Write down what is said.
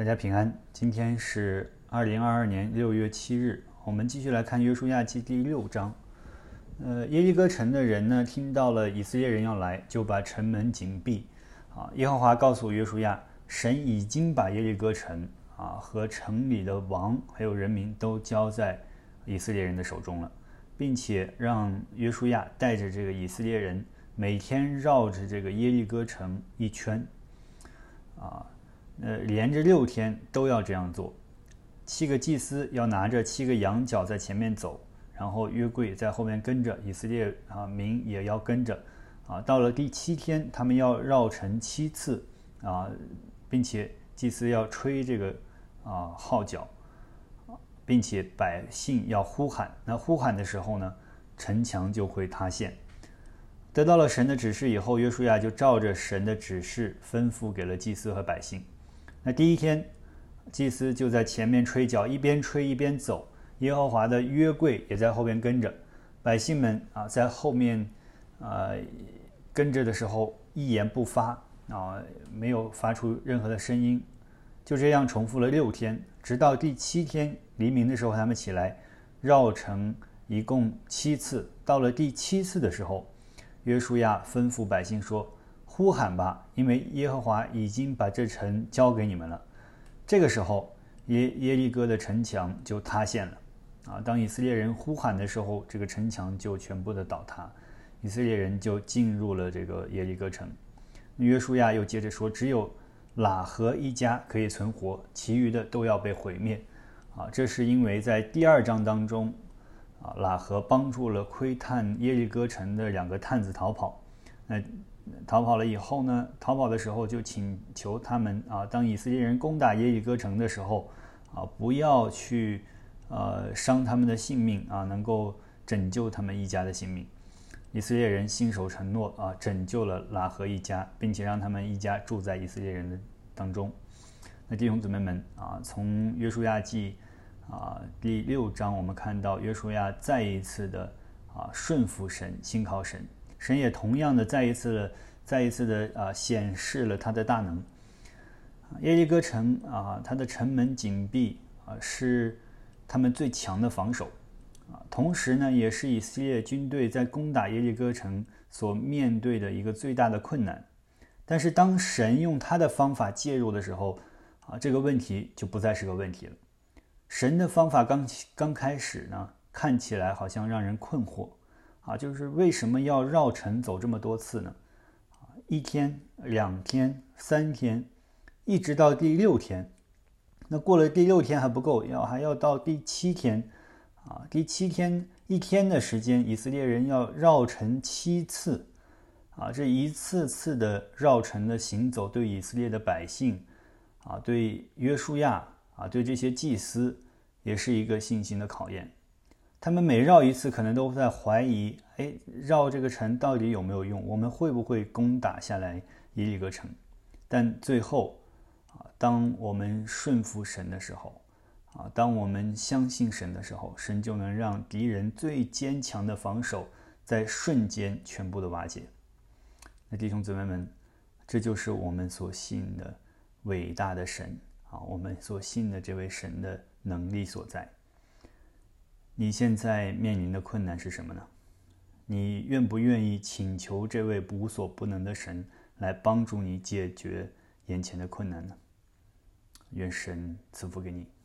大家平安，今天是2022年6月7日，我们继续来看约书亚记第6章。耶利哥城的人呢，听到了以色列人要来，就把城门紧闭。耶和华告诉约书亚，神已经把耶利哥城和城里的王还有人民都交在以色列人的手中了，并且让约书亚带着这个以色列人每天绕着这个耶利哥城一圈，连着6天都要这样做。7个祭司要拿着7个羊角在前面走，然后约柜在后面跟着，以色列民也要跟着。到了第7天，他们要绕城7次并且祭司要吹这个号角，并且百姓要呼喊。那呼喊的时候呢，城墙就会塌陷。得到了神的指示以后，约书亚就照着神的指示吩咐给了祭司和百姓。那第1天，祭司就在前面吹角，一边吹一边走，耶和华的约柜也在后边跟着。百姓们在后面跟着的时候一言不发没有发出任何的声音。就这样重复了6天，直到第7天黎明的时候，他们起来绕城一共7次。到了第7次的时候，约书亚吩咐百姓说：呼喊吧，因为耶和华已经把这城交给你们了。这个时候耶利哥的城墙就塌陷了当以色列人呼喊的时候，这个城墙就全部的倒塌，以色列人就进入了这个耶利哥城。约书亚又接着说，只有喇合一家可以存活，其余的都要被毁灭这是因为在第2章当中喇合帮助了窥探耶利哥城的2个探子逃跑。那逃跑了以后呢，逃跑的时候就请求他们当以色列人攻打耶利哥城的时候不要去伤他们的性命能够拯救他们一家的性命。以色列人信守承诺拯救了喇合一家，并且让他们一家住在以色列人的当中。那弟兄姊妹们从约书亚记第6章，我们看到约书亚再一次的顺服神，信靠神。神也同样的再一次的显示了他的大能。耶利哥城它的城门紧闭是他们最强的防守同时呢，也是以色列军队在攻打耶利哥城所面对的一个最大的困难。但是当神用他的方法介入的时候这个问题就不再是个问题了。神的方法刚开始呢，看起来好像让人困惑就是为什么要绕城走这么多次呢？1天、2天、3天，一直到第6天。那过了第6天还不够，还要到第7天第7天1天的时间，以色列人要绕城7次这一次次的绕城的行走，对以色列的百姓对约书亚对这些祭司也是一个信心的考验。他们每绕一次可能都在怀疑绕这个城到底有没有用，我们会不会攻打下来耶利哥城。但最后当我们顺服神的时候当我们相信神的时候，神就能让敌人最坚强的防守在瞬间全部的瓦解。那弟兄姊妹们，这就是我们所信的伟大的神我们所信的这位神的能力所在。你现在面临的困难是什么呢？你愿不愿意请求这位无所不能的神来帮助你解决眼前的困难呢？愿神赐福给你。